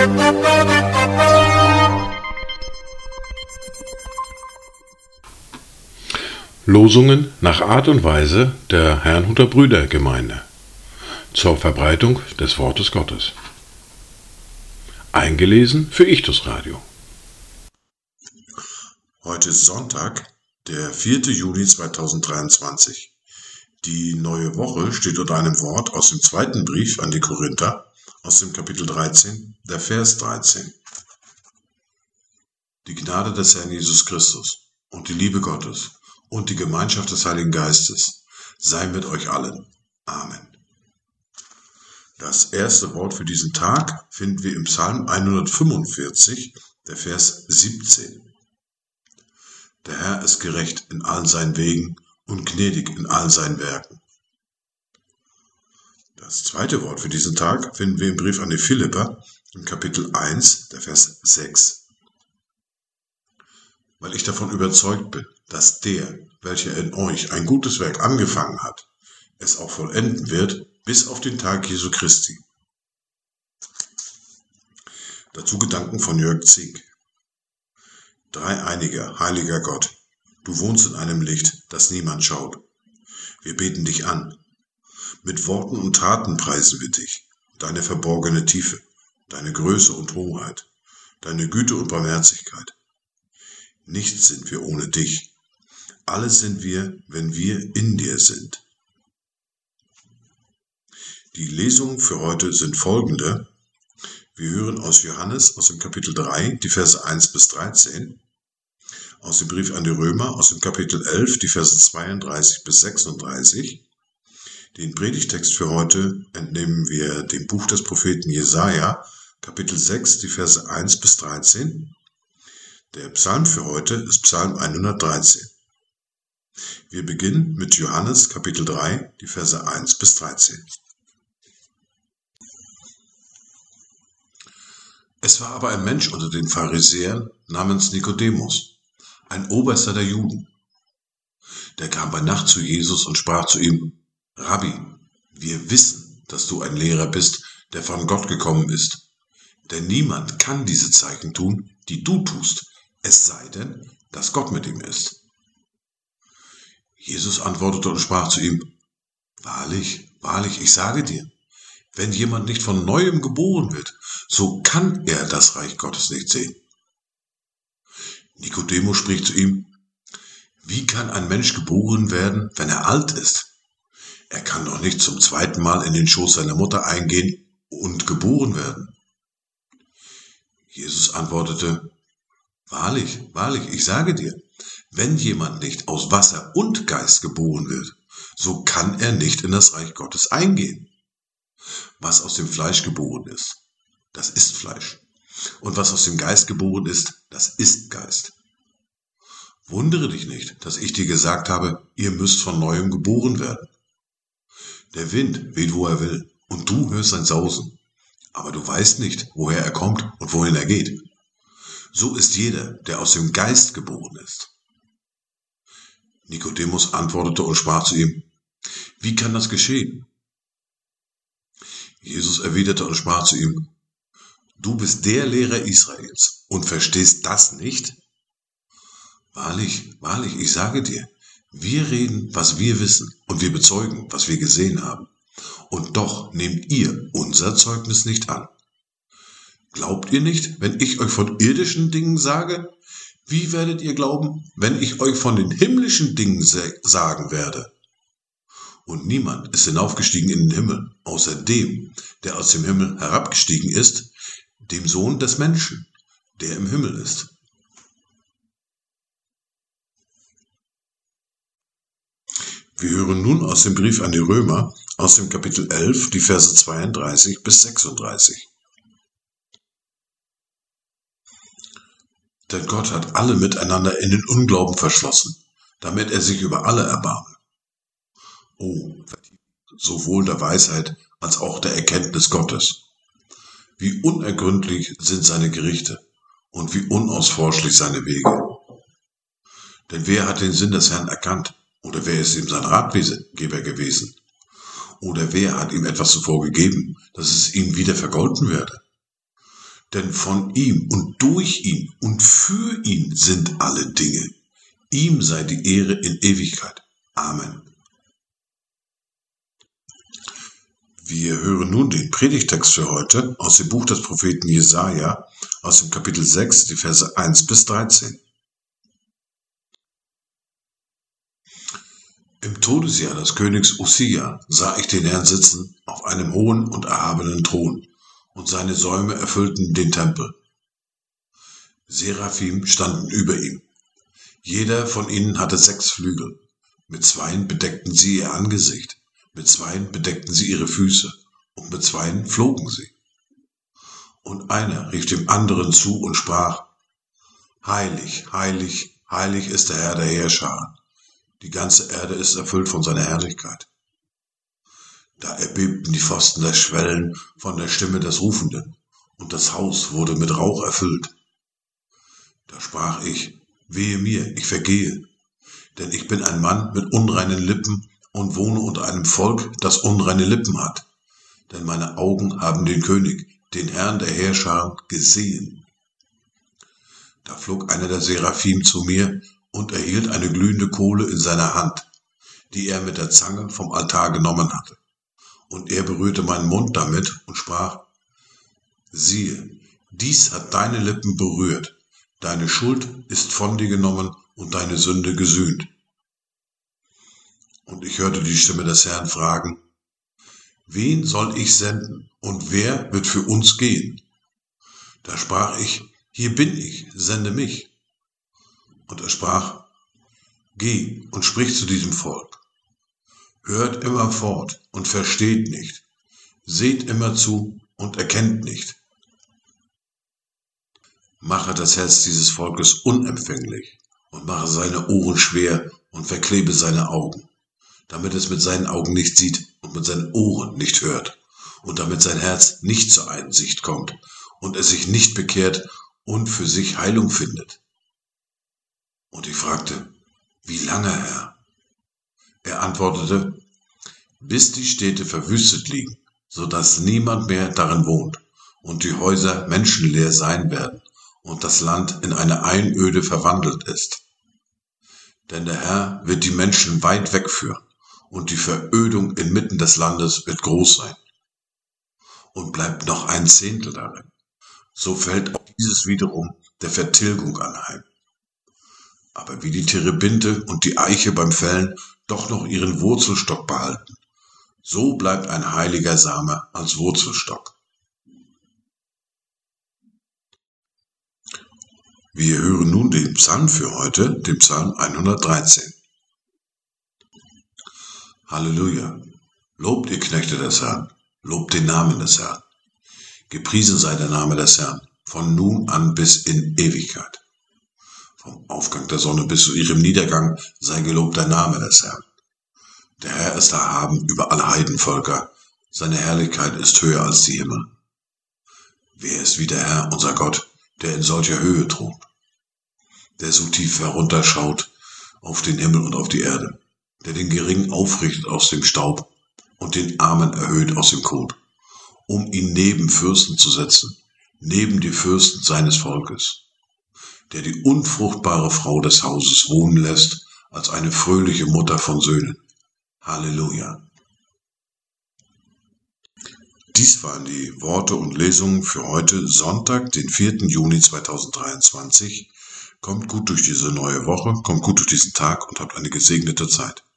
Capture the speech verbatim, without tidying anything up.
Losungen nach Art und Weise der Herrnhuter Brüdergemeinde zur Verbreitung des Wortes Gottes. Eingelesen für Ichtus Radio. Heute ist Sonntag, der vierte Juli zweitausenddreiundzwanzig. Die neue Woche steht unter einem Wort aus dem zweiten Brief an die Korinther, aus dem Kapitel dreizehn, der Vers dreizehn. Die Gnade des Herrn Jesus Christus und die Liebe Gottes und die Gemeinschaft des Heiligen Geistes sei mit euch allen. Amen. Das erste Wort für diesen Tag finden wir im Psalm hundertfünfundvierzig, der Vers siebzehn. Der Herr ist gerecht in allen seinen Wegen und gnädig in allen seinen Werken. Das zweite Wort für diesen Tag finden wir im Brief an die Philipper, im Kapitel eins, der Vers sechs. Weil ich davon überzeugt bin, dass der, welcher in euch ein gutes Werk angefangen hat, es auch vollenden wird, bis auf den Tag Jesu Christi. Dazu Gedanken von Jörg Zink. Dreieiniger, heiliger Gott, du wohnst in einem Licht, das niemand schaut. Wir beten dich an. Mit Worten und Taten preisen wir dich, deine verborgene Tiefe, deine Größe und Hoheit, deine Güte und Barmherzigkeit. Nichts sind wir ohne dich. Alles sind wir, wenn wir in dir sind. Die Lesungen für heute sind folgende. Wir hören aus Johannes, aus dem Kapitel drei, die Verse eins bis dreizehn, aus dem Brief an die Römer, aus dem Kapitel elf, die Verse zweiunddreißig bis sechsunddreißig. Den Predigtext für heute entnehmen wir dem Buch des Propheten Jesaja, Kapitel sechs, die Verse eins bis dreizehn. Der Psalm für heute ist Psalm hundertdreizehn. Wir beginnen mit Johannes Kapitel drei, die Verse eins bis dreizehn. Es war aber ein Mensch unter den Pharisäern namens Nikodemus, ein Oberster der Juden. Der kam bei Nacht zu Jesus und sprach zu ihm: Rabbi, wir wissen, dass du ein Lehrer bist, der von Gott gekommen ist. Denn niemand kann diese Zeichen tun, die du tust, es sei denn, dass Gott mit ihm ist. Jesus antwortete und sprach zu ihm: Wahrlich, wahrlich, ich sage dir, wenn jemand nicht von Neuem geboren wird, so kann er das Reich Gottes nicht sehen. Nikodemus spricht zu ihm: Wie kann ein Mensch geboren werden, wenn er alt ist? Er kann doch nicht zum zweiten Mal in den Schoß seiner Mutter eingehen und geboren werden. Jesus antwortete: Wahrlich, wahrlich, ich sage dir, wenn jemand nicht aus Wasser und Geist geboren wird, so kann er nicht in das Reich Gottes eingehen. Was aus dem Fleisch geboren ist, das ist Fleisch. Und was aus dem Geist geboren ist, das ist Geist. Wundere dich nicht, dass ich dir gesagt habe, ihr müsst von Neuem geboren werden. Der Wind weht, wo er will, und du hörst sein Sausen, aber du weißt nicht, woher er kommt und wohin er geht. So ist jeder, der aus dem Geist geboren ist. Nikodemus antwortete und sprach zu ihm: Wie kann das geschehen? Jesus erwiderte und sprach zu ihm: Du bist der Lehrer Israels und verstehst das nicht? Wahrlich, wahrlich, ich sage dir, wir reden, was wir wissen, und wir bezeugen, was wir gesehen haben. Und doch nehmt ihr unser Zeugnis nicht an. Glaubt ihr nicht, wenn ich euch von irdischen Dingen sage? Wie werdet ihr glauben, wenn ich euch von den himmlischen Dingen sagen werde? Und niemand ist hinaufgestiegen in den Himmel, außer dem, der aus dem Himmel herabgestiegen ist, dem Sohn des Menschen, der im Himmel ist. Wir hören nun aus dem Brief an die Römer, aus dem Kapitel elf, die Verse zweiunddreißig bis sechsunddreißig. Denn Gott hat alle miteinander in den Unglauben verschlossen, damit er sich über alle erbarme. Oh, sowohl der Weisheit als auch der Erkenntnis Gottes. Wie unergründlich sind seine Gerichte und wie unausforschlich seine Wege. Denn wer hat den Sinn des Herrn erkannt? Oder wer ist ihm sein Ratgeber gewesen? Oder wer hat ihm etwas zuvor gegeben, dass es ihm wieder vergolten werde? Denn von ihm und durch ihn und für ihn sind alle Dinge. Ihm sei die Ehre in Ewigkeit. Amen. Wir hören nun den Predigtext für heute aus dem Buch des Propheten Jesaja, aus dem Kapitel sechs, die Verse eins bis dreizehn. Im Todesjahr des Königs Usia sah ich den Herrn sitzen auf einem hohen und erhabenen Thron, und seine Säume erfüllten den Tempel. Seraphim standen über ihm. Jeder von ihnen hatte sechs Flügel. Mit zweien bedeckten sie ihr Angesicht. Mit zweien bedeckten sie ihre Füße, und mit zweien flogen sie. Und einer rief dem anderen zu und sprach: Heilig, heilig, heilig ist der Herr der Heerscharen. Die ganze Erde ist erfüllt von seiner Herrlichkeit. Da erbebten die Pfosten der Schwellen von der Stimme des Rufenden, und das Haus wurde mit Rauch erfüllt. Da sprach ich: Wehe mir, ich vergehe, denn ich bin ein Mann mit unreinen Lippen und wohne unter einem Volk, das unreine Lippen hat. Denn meine Augen haben den König, den Herrn der Heerscharen, gesehen. Da flog einer der Seraphim zu mir und erhielt eine glühende Kohle in seiner Hand, die er mit der Zange vom Altar genommen hatte. Und er berührte meinen Mund damit und sprach: Siehe, dies hat deine Lippen berührt, deine Schuld ist von dir genommen und deine Sünde gesühnt. Und ich hörte die Stimme des Herrn fragen: Wen soll ich senden, und wer wird für uns gehen? Da sprach ich: Hier bin ich, sende mich. Und er sprach: Geh und sprich zu diesem Volk. Hört immer fort und versteht nicht. Seht immer zu und erkennt nicht. Mache das Herz dieses Volkes unempfänglich und mache seine Ohren schwer und verklebe seine Augen, damit es mit seinen Augen nicht sieht und mit seinen Ohren nicht hört und damit sein Herz nicht zur Einsicht kommt und es sich nicht bekehrt und für sich Heilung findet. Und ich fragte: Wie lange, Herr? Er antwortete: Bis die Städte verwüstet liegen, so dass niemand mehr darin wohnt und die Häuser menschenleer sein werden und das Land in eine Einöde verwandelt ist. Denn der Herr wird die Menschen weit wegführen und die Verödung inmitten des Landes wird groß sein. Und bleibt noch ein Zehntel darin, so fällt auch dieses wiederum der Vertilgung anheim. Aber wie die Terebinte und die Eiche beim Fällen doch noch ihren Wurzelstock behalten, so bleibt ein heiliger Same als Wurzelstock. Wir hören nun den Psalm für heute, den Psalm hundertdreizehn. Halleluja! Lobt ihr Knechte des Herrn, lobt den Namen des Herrn. Gepriesen sei der Name des Herrn, von nun an bis in Ewigkeit. Vom Aufgang der Sonne bis zu ihrem Niedergang sei gelobt der Name des Herrn. Der Herr ist erhaben über alle Heidenvölker, seine Herrlichkeit ist höher als die Himmel. Wer ist wie der Herr, unser Gott, der in solcher Höhe thront, der so tief herunterschaut auf den Himmel und auf die Erde, der den Geringen aufrichtet aus dem Staub und den Armen erhöht aus dem Kot, um ihn neben Fürsten zu setzen, neben die Fürsten seines Volkes, der die unfruchtbare Frau des Hauses wohnen lässt, als eine fröhliche Mutter von Söhnen. Halleluja! Dies waren die Worte und Lesungen für heute, Sonntag, den vierten Juni zweitausenddreiundzwanzig. Kommt gut durch diese neue Woche, kommt gut durch diesen Tag und habt eine gesegnete Zeit.